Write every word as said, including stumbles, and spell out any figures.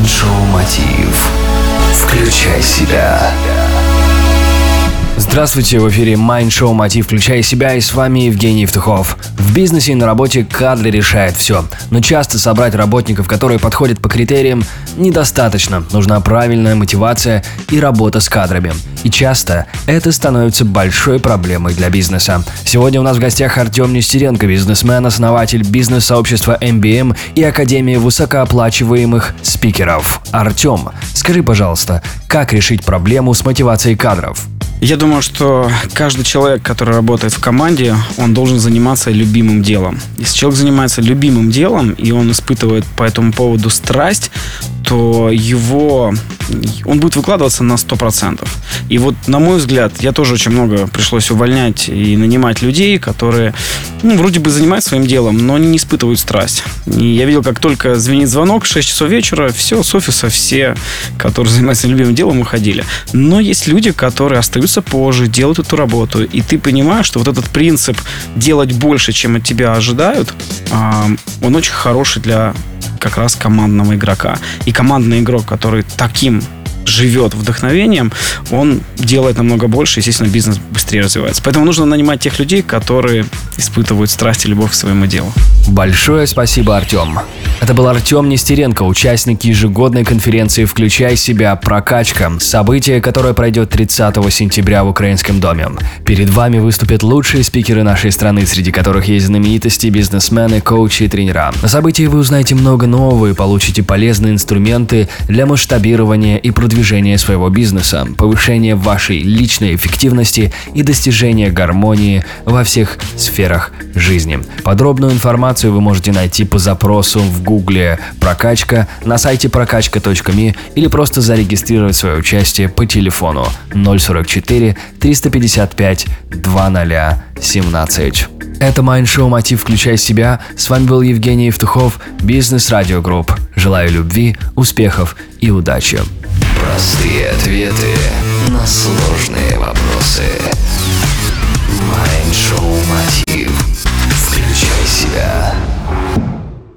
Майнд-шоу Мотив. Включай себя. Здравствуйте, в эфире Майнд-шоу Мотив «Включай себя», и с вами Евгений Евтухов. В бизнесе и на работе кадры решают все, но часто собрать работников, которые подходят по критериям, недостаточно. Нужна правильная мотивация и работа с кадрами. И часто это становится большой проблемой для бизнеса. Сегодня у нас в гостях Артем Нестеренко, бизнесмен, основатель бизнес-сообщества эм би эм и Академии высокооплачиваемых спикеров. Артем, скажи, пожалуйста, как решить проблему с мотивацией кадров? Я думаю, что каждый человек, который работает в команде, он должен заниматься любимым делом. Если человек занимается любимым делом, и он испытывает по этому поводу страсть, то его... он будет выкладываться на сто процентов. И вот, на мой взгляд, я тоже очень много пришлось увольнять и нанимать людей, которые, ну, вроде бы занимаются своим делом, но не испытывают страсть. И я видел, как только звенит звонок в шесть часов вечера, все, с офиса все, которые занимаются любимым делом, уходили. Но есть люди, которые остаются позже, делают эту работу, и ты понимаешь, что вот этот принцип делать больше, чем от тебя ожидают, он очень хороший для как раз командного игрока. И командный игрок, который таким живет вдохновением, он делает намного больше, естественно, бизнес быстрее развивается. Поэтому нужно нанимать тех людей, которые испытывают страсть и любовь к своему делу. Большое спасибо, Артем. Это был Артем Нестеренко, участник ежегодной конференции «Включай себя. Прокачка». Событие, которое пройдет тридцатого сентября в Украинском доме. Перед вами выступят лучшие спикеры нашей страны, среди которых есть знаменитости, бизнесмены, коучи и тренера. На событии вы узнаете много нового и получите полезные инструменты для масштабирования и продвижения своего бизнеса, повышения вашей личной эффективности и достижения гармонии во всех сферах жизни. Подробную информацию вы можете найти по запросу в гугле «Прокачка», на сайте прокачка точка ми или просто зарегистрировать свое участие по телефону ноль сорок четыре триста пятьдесят пять двадцать семнадцать. Это Майнд-шоу «Мотив. Включай себя». С вами был Евгений Евтухов, Бизнес Радио Групп. Желаю любви, успехов и удачи. Простые ответы на сложные вопросы. Майнд-шоу Мотив.